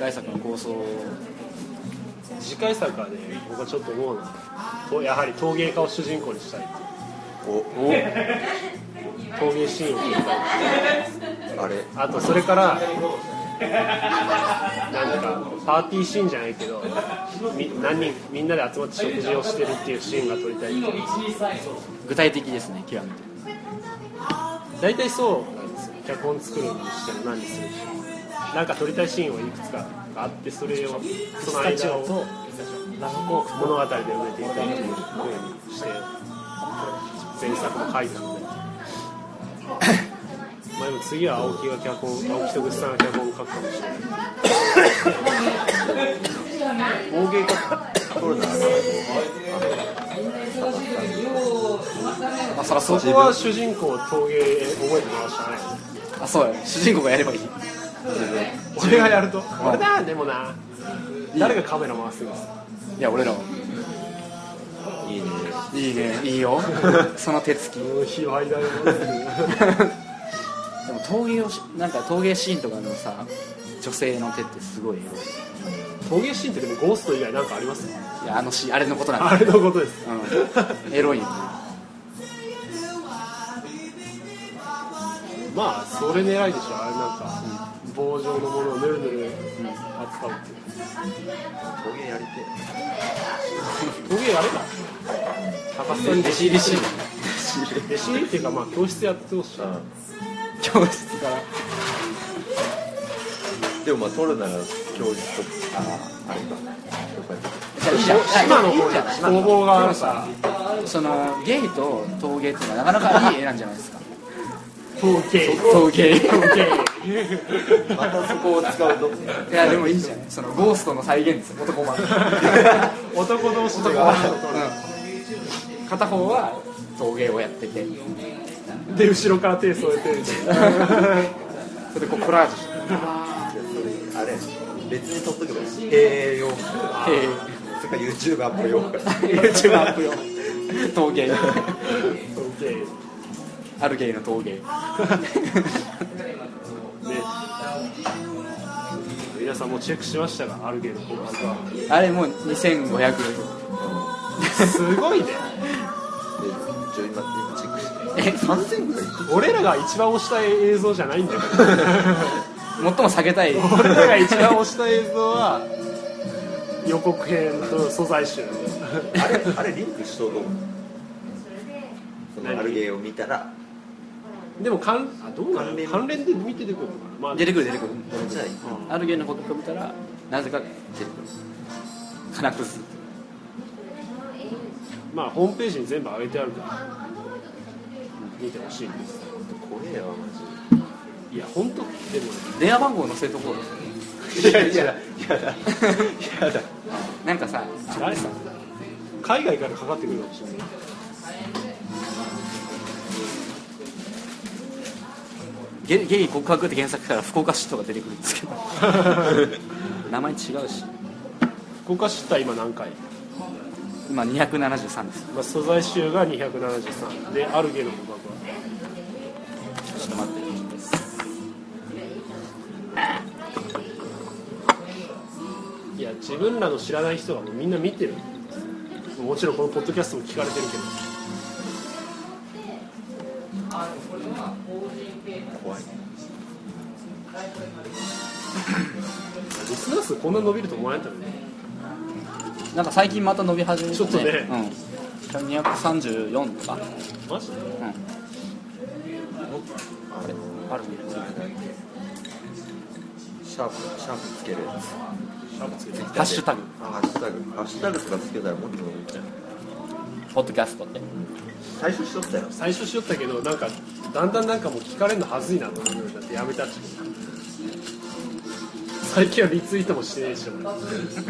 回作の構想。 次回作はね、僕はちょっと思うのはやはり陶芸家を主人公にしたいっていう陶芸シーンを撮りたい。 あれあとそれからなんかパーティーシーンじゃないけどみんなで集まって食事をしてるっていうシーンが撮りたいっていう。 具体的ですね、極めて。 大体そうなんですよ。脚本作るにしても何にするにしてもなんか撮りたいシーンをいくつかあって、それをその間を物語で埋めていくっていう風にして前作も書いたのでまあでも次は青木とぐっさんが脚本を書くかもしれない。 陶芸家撮るならあ、そらそう。 そこは主人公陶芸覚えてもらうしかない。 あ、そうや、主人公がやればいい。 俺がやると俺だ。でもな、誰がカメラ回すんですか。 いや、俺らは。 いいね。 いいね、いいよ。その手つき。 卑猥だよ。 でもなんか陶芸シーンとかのさ、女性の手ってすごいエロい。 陶芸シーンってでもゴースト以外なんかありますか。 いや、あれのことなんだ。 あれのことです。 エロいよね。 まあそれ狙いでしょ。あれなんか、棒状のものをぬるぬる扱うっていう。 陶芸やりて陶芸やれば高須さんに弟子入りシーン。 弟子入りっていうか、まあ教室やってほしい。 教室からでもまあ撮るなら教室とかあれかいいじゃん。 島の方に工房があるさ。 そのゲイと陶芸っていうのはなかなかいい絵なんじゃないですか。 陶芸またそこを使うといやでもいいじゃん。そのゴーストの再現です。男版。 男同士で片方は陶芸をやってて、 で後ろから手添えてそれでこうコラージュして。 あれ別に撮っとけばいい。併用それから YouTube アップ用 YouTube アップ用陶芸。 陶芸あるゲイの陶芸。 皆さんもチェックしましたが、あるゲイの告白はあれもう2500。 すごいね。 今チェックして3000ぐらい。 俺らが一番推した映像じゃないんだけど最も下げたい。 俺らが一番推した映像は予告編と素材集。 あれリンクしとうとそのアルゲーを見たらでもどうなの関連で見てくるのかな、まあ、 出てくる。 じゃああるゲイの告白を見たらなぜか出てくる。カナクス。 まあホームページに全部上げてあるから見てほしいんです。 怖えよいや本当でもね、 電話番号載せとこう。 いやだなんかさ、 誰さ海外からかかってくるかもしれない。 ゲイ告白って検索したら福岡市とか出てくるんですけど名前違うし。 福岡市った今何回。 今273です。 まあ、素材集が273で、あるゲイの告白はちょっと待って。 いや自分らの知らない人がもうみんな見てる。もちろんこのポッドキャストも聞かれてるけど怖い。 リスナー数こんな伸びると思わないんだよね。 なんか最近また伸び始めて、 ちょっとね、 234とか。 マジで、 あるシャープつけるやつ。 シャープつけてハッシュタグハッシュタグとかつけたらもっと伸びちゃう。 ポッドキャストって最初しとったよ。 最初しよったけど、なんかだんだんなんかもう聞かれるのはずいなと思うようになってやめたっち。最近はリツイートもしてねえしなんかあ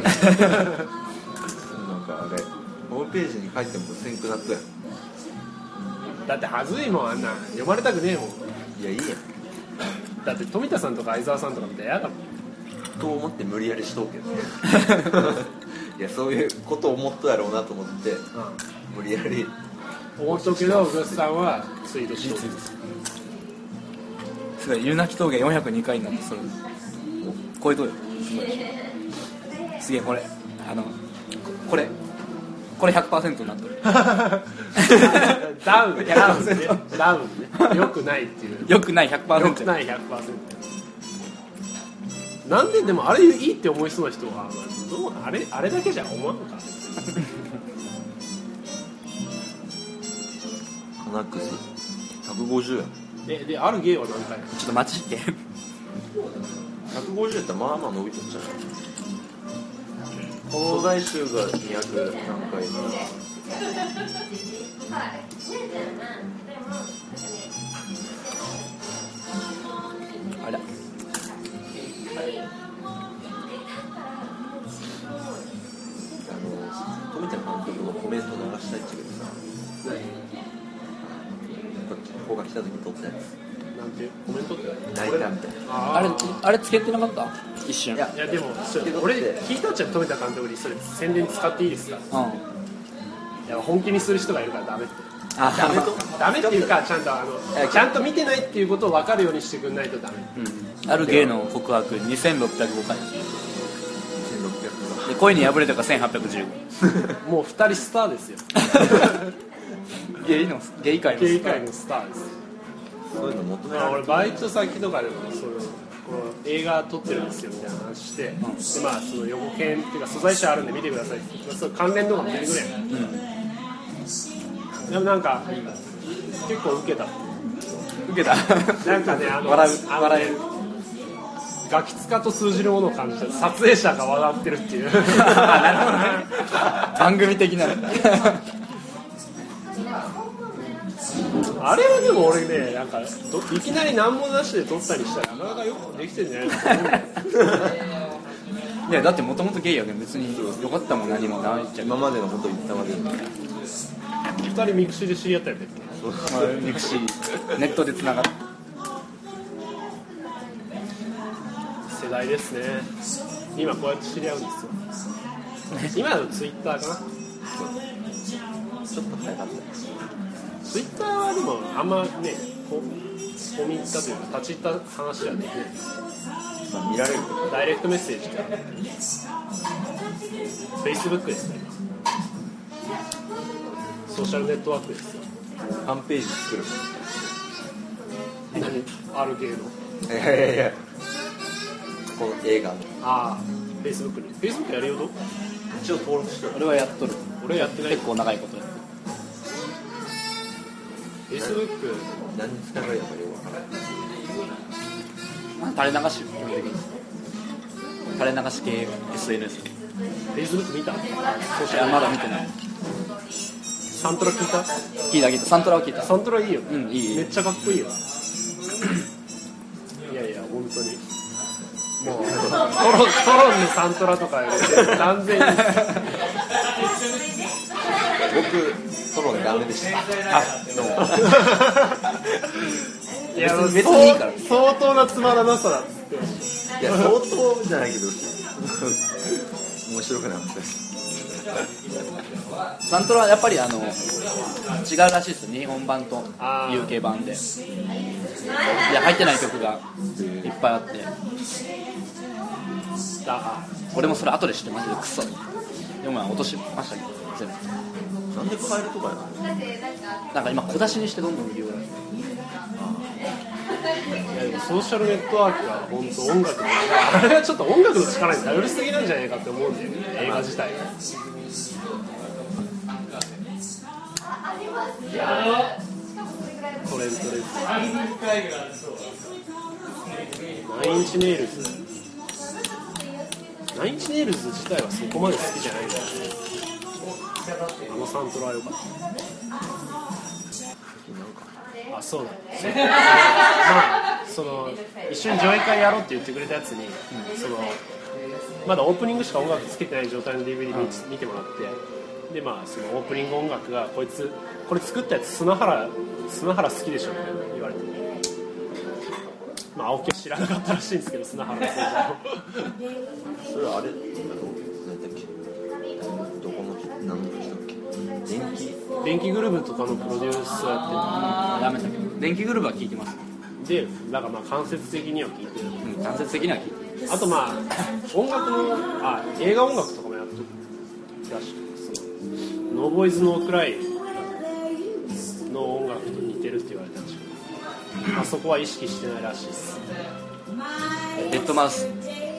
れホームページに書いてもせんくなったよ。 だってはずいもん、あんな読まれたくねえもん。 いやいいやんだって富田さんとか相沢さんとか見たら嫌だもんと思って無理やりしとうけどいやそういうことを思ったやろうなと思って、無理やり思っとくけど、グッさんはツイートしとる。 すごい、湯泣き峠402回になってそれ超えとるよ。すげえこれこれ 100% になっとる。 ダウンね、ダウンね、よくないっていう、 よくない 100%。 よくない 100%。なんででもあれいいって思いそうな人はどうあれだけじゃ思わんか。 鼻くそ150円。 である芸は何回？ ちょっと待ちって。 150円ってまあまあ伸びとっちゃう。素材数が200何回。 あれだ。 富田監督のコメント流したいっちゃけどさ、ここが来た時に撮ったやつなんてコメントって泣いたみたいな。 あれつけてなかった一瞬。 いやでも俺聞いたっちゃ富田監督にそれ宣伝使っていいですか。いや本気にする人がいるからダメって。ダメっていうかちゃんと見てないっていうことを分かるようにしてくんないとダメ。 ある芸の告白2605回で恋に破れたか1815。 もう2人スターですよ。 ゲイ界のスターです。 そういうの求められる。 俺バイト先とかでもこの映画撮ってるんですよみたいな話して、でまあその予告編っていうか素材集あるんで見てくださいって、その関連動画見てくれ。でもなんか結構ウケた。なんかね笑える。ガキ使と通じるものを感じた。撮影者が笑ってるっていう。なるほどね。 番組的な。 あれはでも俺ね、なんかいきなり何もなしで撮ったりしたらなかなかよくできてるんじゃないかと思うんだよ。 いやだってもともとゲイやけん別によかったもん何もないっちゃう。 今までのこと言ったまでの 2人ミクシーで知り合ったよね。 ミクシーネットでつながって世代ですね。今こうやって知り合うんですよ。今だとツイッターかな。 ちょっと早かったです。 ツイッターはでもあんまね込み入ったというか立ち入った話じゃねまあ見られるとダイレクトメッセージが Facebook ですね。ソーシャルネットワークですよ。 ファンページ作る。 ある芸のいやこの映画の Facebook に Facebook やるよと一応登録してる。 俺はやっとる。 俺はやってない。 結構長いことやってる。Facebook 何に使えばいいのかよくわからない。 垂れ流し基本的に垂れ流し系 SNS。 Facebook 見た？ いやまだ見てない。 サントラ聞いた？ 聞いたサントラは聞いた。 サントラいいよ。 いい。 めっちゃかっこいいよ。いやいや本当にもうトロンのサントラとか断然僕トロンダメでした。 どうも。 いや別にいいから相当なつまらなさだっつって。 いや相当じゃないけど面白くなかったです。 サントラはやっぱり違うらしいですよ。日本版と UK 版で。いや入ってない曲がいっぱいあって。俺もそれ後で知ってマジでクソ。でも落としましたけど全部。 なんで買えるとかやな。 なんか今小出しにしてどんどん売りようが。 いやでもソーシャルネットワークは本当音楽のあれはちょっと音楽の力に頼りすぎなんじゃないかって思うんだよね。映画自体がトレントです。ナインチネイルズ自体はそこまで好きじゃないんだよね。サントラは良かった。そうだ。まあその一緒に上映会やろうって言ってくれたやつに、そのまだオープニングしか音楽つけてない状態の DVD 見てもらって、でまあそのオープニング音楽がこれ作ったやつ砂原好きでしょみたいな言われて、まあ青木は知らなかったらしいんですけど砂原さんそれはあれ何だっけ、どこの何の人だっけ、電気グループとかのプロデュースをやってる。 やめたけど電気グループは聞いてます。 でなんかまあ間接的には聞いてる。 間接的には聞いてる。 あとまあ音楽の映画音楽とかもやっとるらしくて、ノーボーイズノークライの音楽と似てるって言われたらしくて、あそこは意識してないらしいです。 レッドマウス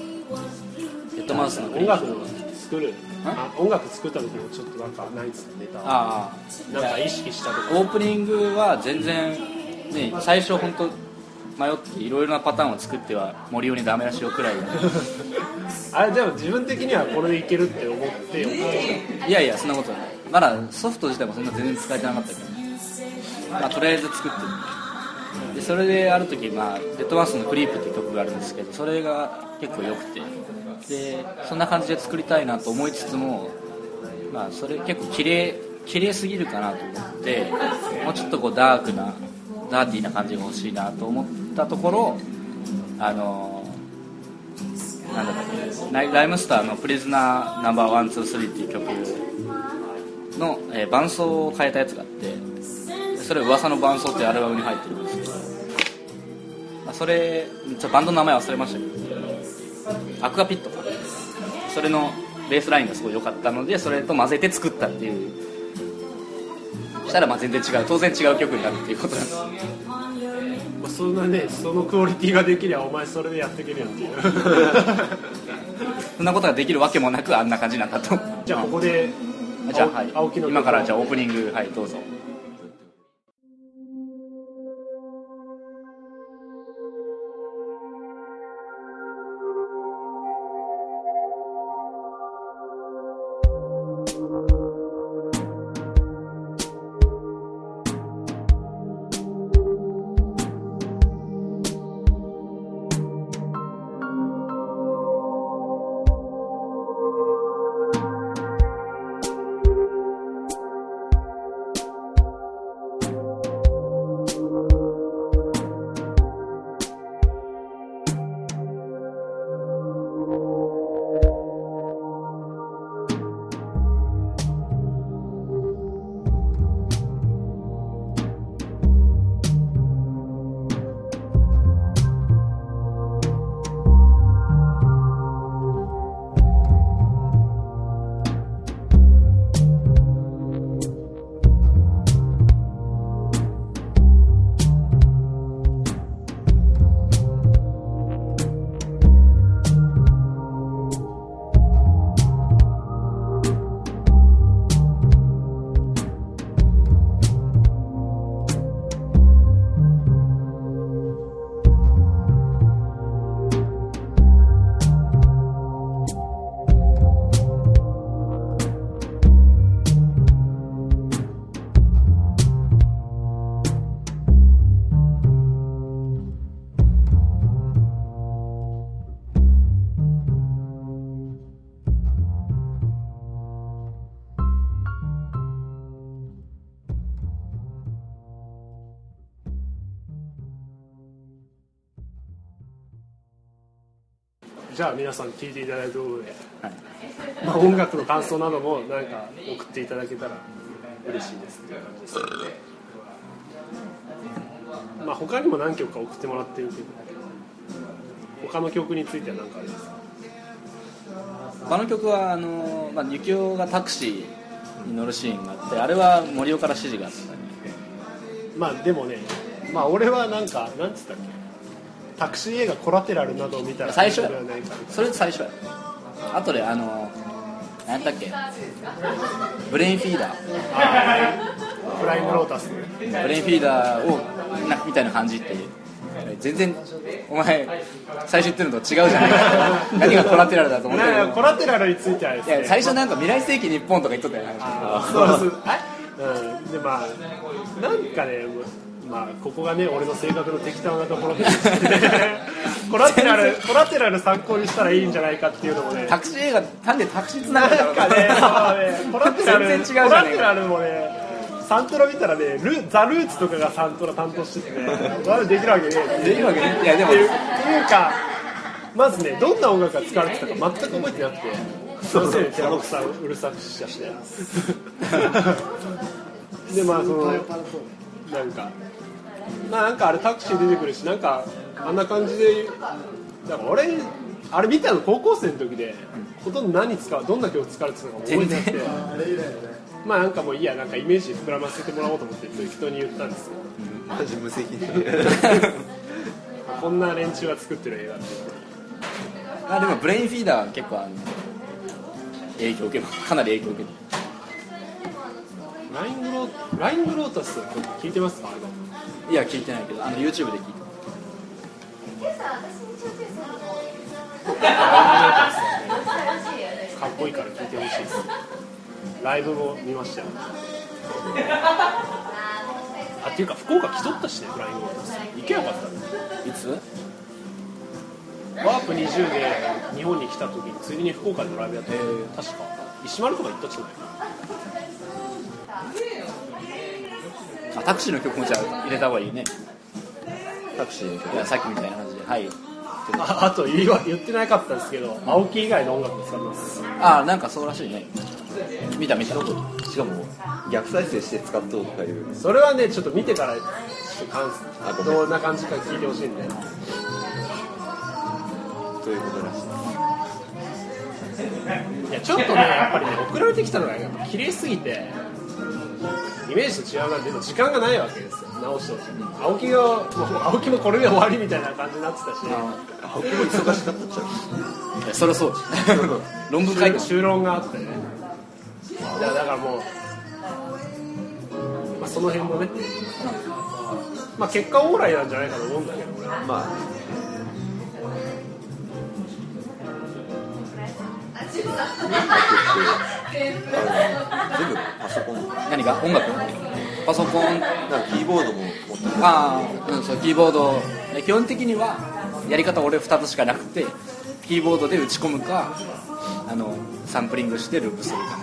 の音楽の音楽作った時もちょっとなんかないですか、ネタなんか意識したとか。 オープニングは全然、ね、最初本当迷っていろいろなパターンを作っては森尾にダメ出しをくらいあれでも自分的にはこれでいけるって思ってよ。 いやいやそんなことない。まだソフト自体もそんな全然使えてなかったけど、まあ、とりあえず作ってみて、でそれである時、まあ、レッドマウスのクリープっていう曲があるんですけど、それが結構良くて、でそんな感じで作りたいなと思いつつも、まあ、それ結構綺麗すぎるかなと思って、もうちょっとこうダーティーな感じが欲しいなと思ったところ、なんだっけ、ライムスターのプリズナーナンバー123っていう曲の、伴奏を変えたやつがあって、それ噂の伴奏っていうアルバムに入ってるんですけど、まあ、それバンドの名前忘れましたけど、アクアピットか、それのベースラインがすごい良かったので、それと混ぜて作ったっていう。したらまあ全然違う、当然違う曲になるっていうことなんです。 まあ、そんなね、そのクオリティができりゃお前それでやっていけるよっていうそんなことができるわけもなくあんな感じになったと。 じゃあここでじゃあ、はい、今からじゃあオープニング、はい、どうぞ。 じゃあ皆さん聴いていただいたところで、はい、まあ、音楽の感想などもなんか送っていただけたら嬉しいですっていう感じですので、まあ、他にも何曲か送ってもらってるけど、他の曲については何かありますか？ 他の曲はまあ、ユキオがタクシーに乗るシーンがあって、あれは森尾から指示があったね。 まあでもね、まあ俺はなんかなんつったっけ、タクシー映画コラテラルなどを見たら最初ではないか、 それ最初や。あとで何だっけ、ブレインフィーダー、 フライングロータス、 ブレインフィーダーをみたいな感じっていう、全然お前最初言ってるのと違うじゃないか何がコラテラルだと思ってる。 コラテラルについてはですね、 いや最初なんか未来世紀日本とか言っとったよね。 そうです、でまあなんかね、まあここがね俺の性格の適当なところでコラテラル参考にしたらいいんじゃないかっていうのもね、 タクシー映画なんでタクシーつながるんだろうかね、コラテラル全然違うじゃねえか。 コラテラルもね、サントラ見たらね、ザ・ルーツとかがサントラ担当しててね、まだできるわけねえ、 できるわけねえ。いやでもっていうか、まずね、どんな音楽が使われてたか全く覚えてなくて、そのせいで寺本さんうるさくしちゃしてでまあそのなんかあれタクシー出てくるし、なんかあんな感じで、だから俺あれ見たの高校生の時で、ほとんどどんな曲使うっていうのが覚えてなくて、まあなんかもういいや、なんかイメージ膨らませてもらおうと思って人に言ったんですよ。 マジ無責任こんな連中が作ってる映画って。 でもブレインフィーダーは結構影響を受けかなり影響を受けてライングロータス聞いてますか？ いや聞いてないけどYouTube で聞いた。 かっこいいから聞いてほしいです。ライブも見ましたよ。っていうか福岡来とったしね、フライングロータス行けなかったね。 いつ？ ワープ20で日本に来た時についでに福岡でのライブやって、確か石丸とか行ったっちゃないかな。 タクシーの曲もじゃあ入れた方がいいね。 タクシーの曲。 いやさっきみたいな感じで、はい。 あと言ってなかったんですけど、青木以外の音楽を使ってます。 なんかそうらしいね。見た。 しかも逆再生して使っとうとかいう。 それはねちょっと見てからどんな感じか聞いてほしいんで。 ということらしい。 いやちょっとねやっぱりね送られてきたのがやっぱ綺麗すぎてイメージと違うな。でも時間がないわけですよ、直してほしい。青木もこれで終わりみたいな感じになってたし、 青木も忙しかったっちゃう。 いやそりゃそう論文書いて修論があってね。だからもう、まあ、その辺もね、まあ、結果オーライなんじゃないかと思うんだけど俺は。 まあ全部パソコン。 何が音楽？パソコンなんかキーボードも持ってる。 そうキーボード基本的にはやり方俺2つしかなくて、キーボードで打ち込むかサンプリングしてループするか。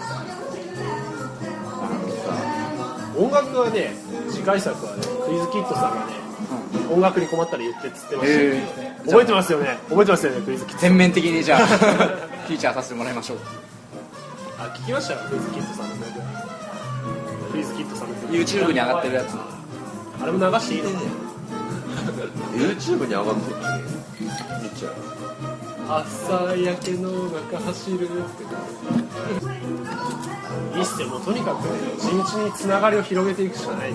音楽はね、次回作はね、クイズキットさんがね、音楽に困ったら言ってっつってましたよ。覚えてますよね、クイズキット。 全面的にじゃあフィーチャーさせてもらいましょう。 聞きましたよ、クイズキットさんの曲。クイズキットさんの曲 YouTube に上がってるやつ。 あれも流していいの？ YouTube に上がってる。見ちゃう。 朝焼けの中走るっていいっすよ。もうとにかく地道につながりを広げていくしかない。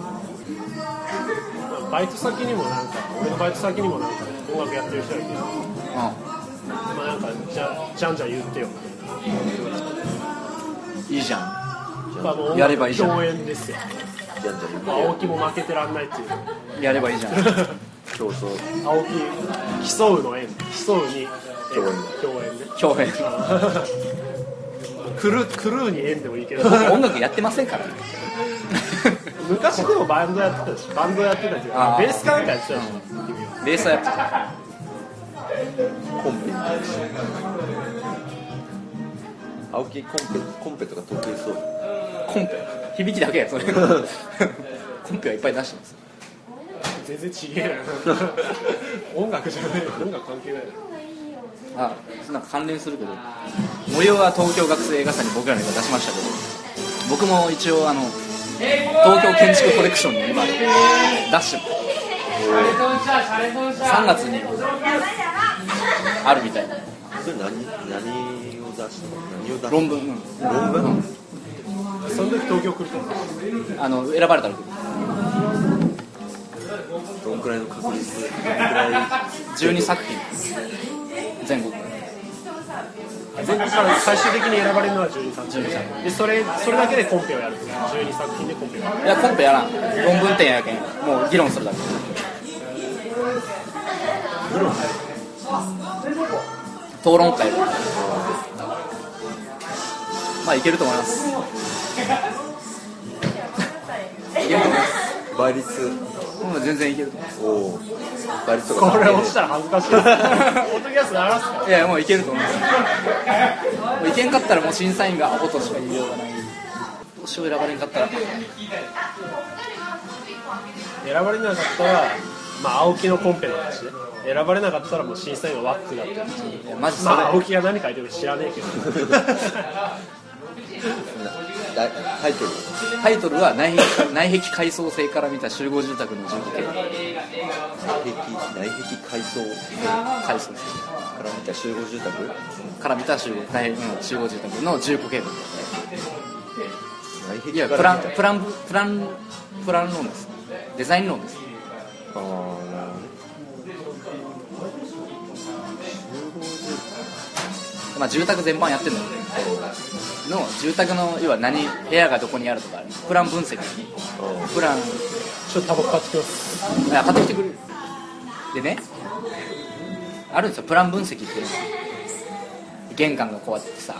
バイト先にも俺のバイト先にも音楽やってる人がいて、まあなんかじゃんじゃん言ってよいいじゃん。 まあ、もうやればいいじゃん。 共演ですよ。 じゃんじゃん言って。 青木も負けてらんないっていう。 やればいいじゃん。 競争。 青木競うの縁、競うに共演ね。クルーに縁でもいいけど。 音楽やってませんからね。 昔でもバンドやってたし、ベースかなんかやってたし、 ベースはやってた。 コンペ青木コンペとか得意そう。 コンペ響きだけやそれ。コンペはいっぱい出してます。 全然違えな。音楽じゃない、音楽関係ない。 なんか関連するけど、模様は東京学生映画祭に僕らの映画出しましたけど、僕も一応東京建築コレクションに今出して3月にあるみたいな。 それ何を出したの？ 論文。 その時東京来ると選ばれたら来る。 どんくらいの確率？ 12作品全国から最終的に選ばれるのは12作品で、それだけでコンペをやる。12作品でコンペをやる。 いやコンペやらん。論文点やけんもう議論するだけ。討論会。まあいけると思います。いけると思います。 倍率全然いけると思います。 倍率とかこれ落ちたら恥ずかしい。ポッドキャスト流すか。 いやもういけると思います。もういけんかったらもう審査員がアホとしか言いようがない。どうしよう選ばれんかったら。 選ばれなかったら、まあ青木のコンペの話で。選ばれなかったらもう審査員はワックだって話。 マジそれ。 まあ青木が何書いてるか知らねえけど。 タイトルは内壁階層性から見た集合住宅の住居形態。 内壁階層階層性から見た集合住宅から見た集合住宅の住居形態。 内壁いやプラン論です。デザイン論です。 ああ、なるほどね。 まあ住宅全般やってるんだけど、住宅の要は部屋がどこにあるとかプラン分析、プランちょっとタバコ買ってきます。 買ってきてくれる。でね、あるんですよプラン分析っていうのが。玄関がこうやってさ、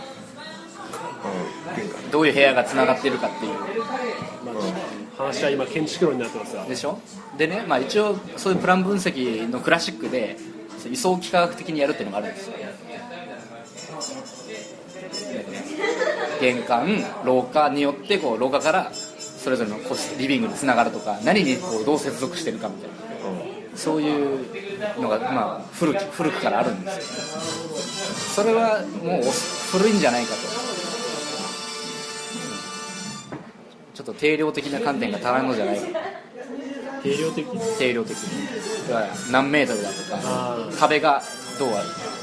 どういう部屋がつながってるかっていう、 話は今建築論になってますがでしょ。でね、まあ、一応そういうプラン分析のクラシックで位相幾何学的にやるっていうのがあるんですよ。玄関廊下によってこう廊下からそれぞれのリビングにつながるとか、何にこうどう接続してるかみたいな、そういうのが、まあ、古くからあるんですよ。それはもう古いんじゃないかと。ちょっと定量的な観点が足らんのじゃないか。 定量的だから何メートルだとか、壁がどうある、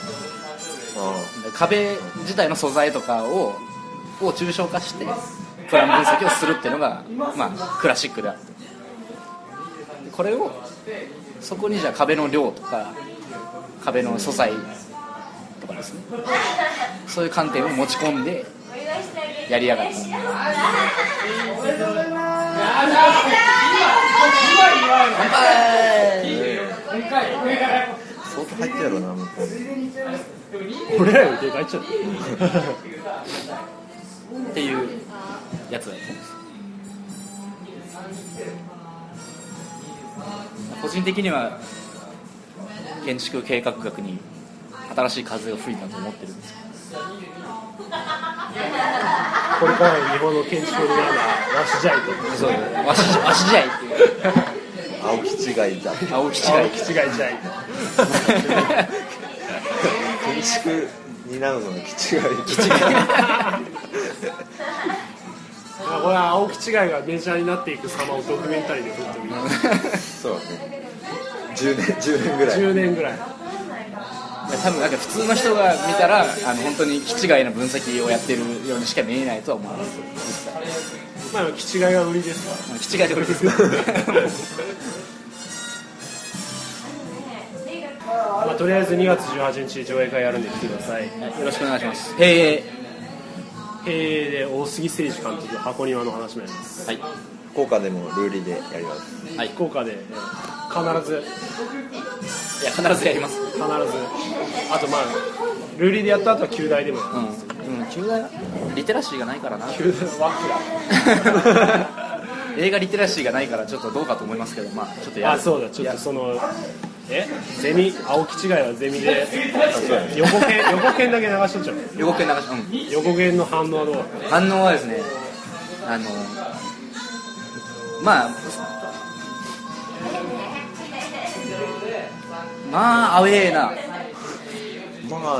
壁自体の素材とかを抽象化してプラン分析をするっていうのが、まあ、クラシックである。これをそこにじゃあ壁の量とか壁の素材とかですね、そういう観点を持ち込んでやりやがった。乾杯。 相当入ってやろうな、向こうで。 俺らよりでかいっちゃうっていうやつだと思うんです。個人的には建築計画学に新しい風が吹いたと思ってるんですよ。 これからの日本の建築になるのは和紙ジャイと。 そう、和紙ジャイっていう青木違いだ。 青木違いジャイ建築になるのが気違い。 これは青木違いがメジャーになっていく様をドキュメンタリーで撮ってみる。 そうね。10年ぐらい。 多分なんか普通の人が見たら本当に気違いの分析をやってるようにしか見えないとは思います。 まあ気違いが売りですか。 気違いが売りですか。 まあとりあえず2月18日上映会やるんで来てください。 よろしくお願いします。平営で大杉誠二監督箱庭の話もやります。 はい。 福岡でもルーリーでやります。 はい。 福岡で必ずやります。 必ず。あとまあルーリーでやった後は旧大でもやるんですよ。 旧大リテラシーがないからな。 旧大ワッフラ映画リテラシーがないからちょっとどうかと思いますけど、まあちょっとやる。 そうだ、ちょっとそのゼミ青木違いはゼミで横剣だけ流しとっちゃう。 横剣横剣の反応はどう？ 反応はですね、まあアウェーな。 まあ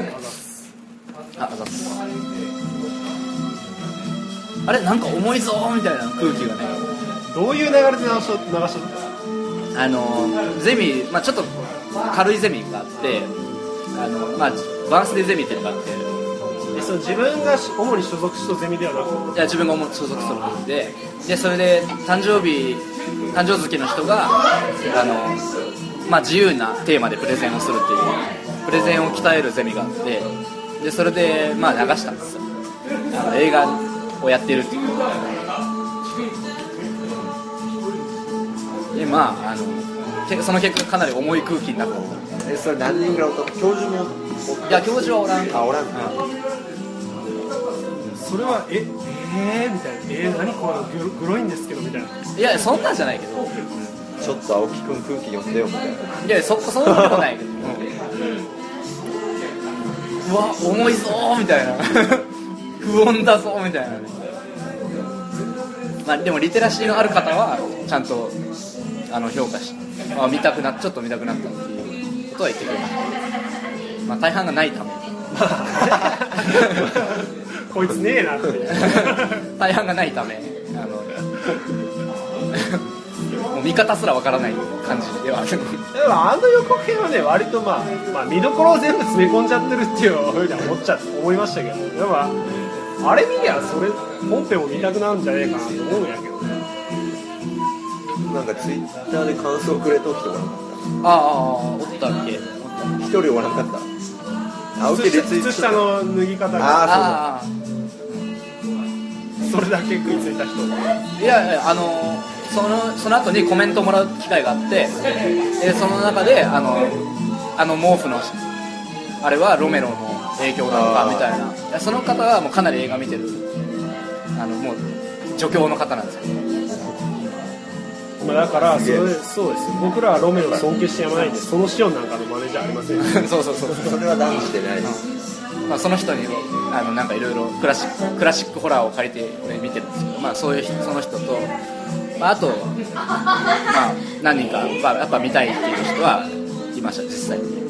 あれなんか重いぞーみたいな空気がね。 どういう流れで流しとった？ ゼミ、まあ、ちょっと軽いゼミがあって、まあ、バースデーゼミっていうのがあって、 その自分が主に所属したゼミではなく、 いや自分が所属するので、それで誕生月の人がまあ、自由なテーマでプレゼンをするっていうプレゼンを鍛えるゼミがあって、でそれでまあ流したんですよ。映画をやってるっていう。でまあその結果かなり重い空気になった。 それ何人ぐらいおった？教授も？ いや教授はおらん。 おらん。 それはみたいな。何これグロいんですけどみたいな。 いやそんなんじゃないけど。 ちょっと青木くん空気読んでよみたいな。 いやそんなことないけど。うわ重いぞーみたいな。不穏だぞーみたいな。まあでもリテラシーのある方はちゃんと評価し、ちょっと見たくなったっていうことは言ってくれます。まあ大半がないため。 こいつねえなって大半がないためもう見方すらわからない感じではある。 でもあの予告編はね割とまあ見どころを全部詰め込んじゃってるっていうふうには思いましたけど、でもあれ見りゃそれ本編も見たくなるんじゃねえかなと思うんやけどね。 なんかツイッターで感想くれときとかなかっおったっけ。 た。一人おらんかった。受けリツイート靴下の脱ぎ方がああそれだけ食いついた人。 いやその後にコメントもらう機会があって、その中で毛布のあれはロメロの影響なのかみたいな、その方はもうかなり映画見てるもう助教の方なんですよ。 まあだからそうですよ。僕らはロメロを尊敬してやまないんで、そのシオンなんかの真似じゃありませんよそうそれは断じてないです。 まあ、その人になんかいろいろクラシックホラーを借りて俺見てるんですけど、まあ、そういうその人と、まあ、あと、まあ、何人か、まあ、やっぱ見たいっていう人はいました実際に。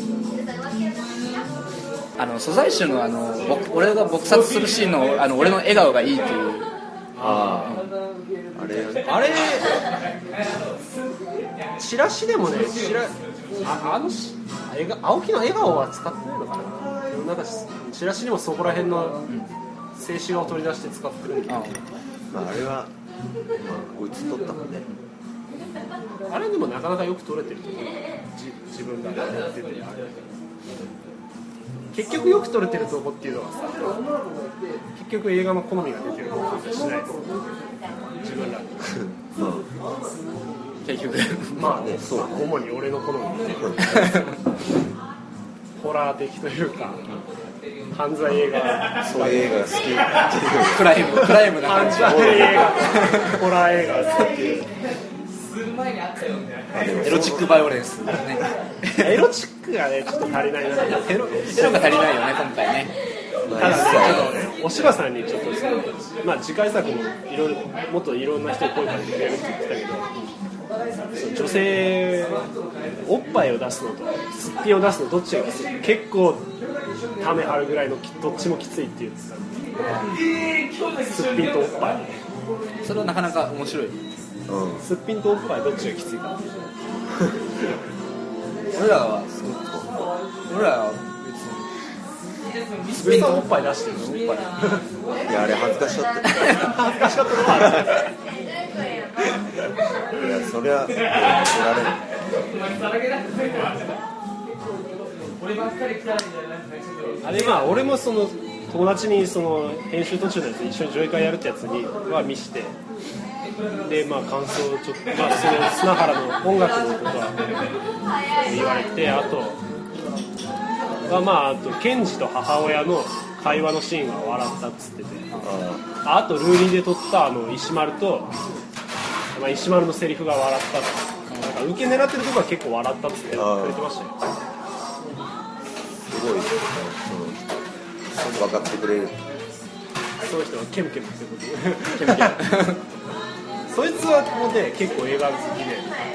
素材集の俺が撲殺するシーンの俺の笑顔がいいっていう。 あれチラシでもね青木の笑顔は使ってないのかな。なんかチラシにもそこら辺の静止画を取り出して使ってるんだけど、 まあ、あれは、映っとったもんね。 あれでもなかなかよく撮れてると思う。自分がやってて結局よく撮れてるとこっていうのはさ、結局映画の好みが出てる感じしないと自分らに結局まあね、そう主に俺の好みでホラー的というか犯罪映画、 そういう映画が好きクライムな感じ。 犯罪映画ホラー映画が好きっていうエロチックバイオレンスね。 エロチックがねちょっと足りないな。エロが足りないよね今回ね。 ただね、ちょっとね、お柴さんにちょっとまあ次回作ももっといろんな人に声かけてくれるって言ってたけど、女性おっぱいを出すのとすっぴんを出すのどっちがきつい。結構ため張るぐらいのどっちもきついって言ってた。すっぴんとおっぱい、 それはなかなか面白い。 すっぴんとおっぱいどっちがきついか俺らはすっぴんとおっぱい出してるの。おっぱいいやあれ恥ずかしかった恥ずかしかったのはいやそれは怒られる。 あれまあ俺もその友達にその編集途中のやつ一緒に上映会やるってやつには見して、でまあ感想をちょっと、まあ、その砂原の音楽のことは言われて、あとあとケンジと母親の会話のシーンは笑ったっつってて、あとルーリーで撮った石丸と、まあ、石丸のセリフが笑ったって、なんか受け狙ってるとこは結構笑ったっつってくれてましたよ。 すごい分かってくれる。 そういう人はケムケムってことケムケムそいつはもうね結構映画好きで、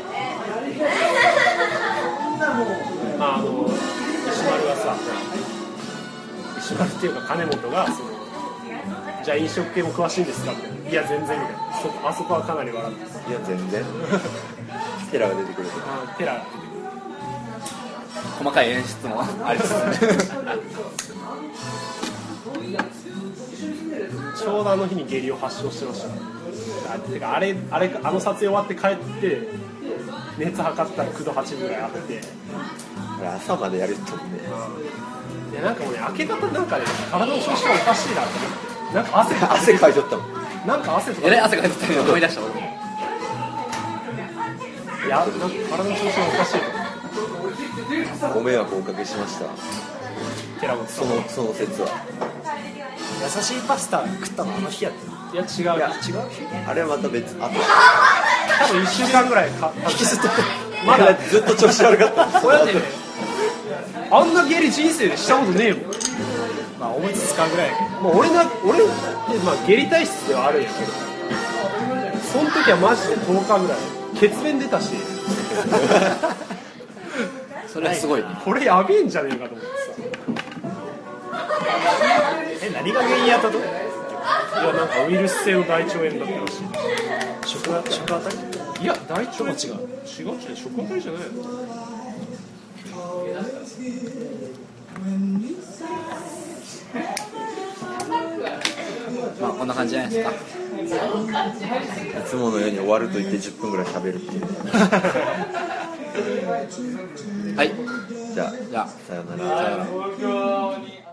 石丸がさ、石丸っていうか金本がじゃあ飲食系も詳しいんですかみたいな、いや全然みたいな、あそこはかなり笑って、 いや全然テラが出てくるとテラ細かい演出もありつつちょうどあの日に下痢を発症してました。てかあれ撮影終わって帰って熱測ったら9度8分ぐらいあって、 朝までやると思うね。 いやなんかもうね明け方なんかね体の調子がおかしいなと思って、なんか汗かいちゃったもん。 なんか汗とか汗かいてたの思い出した俺も。 いやなんか体の調子がおかしいと思って。 ご迷惑をおかけしました。 寺本さんその説は優しいパスタ食ったのあの日やったの。 いや違うあれはまた別。あと多分1週間ぐらい引きずってまだずっと調子悪かった。 こうやってねあんな下痢人生でしたことねえもん。 まあ思いつつかぐらいやけど、 まあ、俺ってまあ下痢体質ではあるんやけど、その時はマジで10日ぐらい血便出たしそれはすごいね。 これやべえんじゃねえかと思ってさ。 何が原因やったと？ いやなんかウイルス性の大腸炎だったらしい。 食あたり？ いや大腸炎違う食あたりじゃないの。 まあこんな感じじゃないですか。 いつものように終わると言って10分ぐらい喋るっていうはい、 じゃあじゃあさようなら。 さよなら。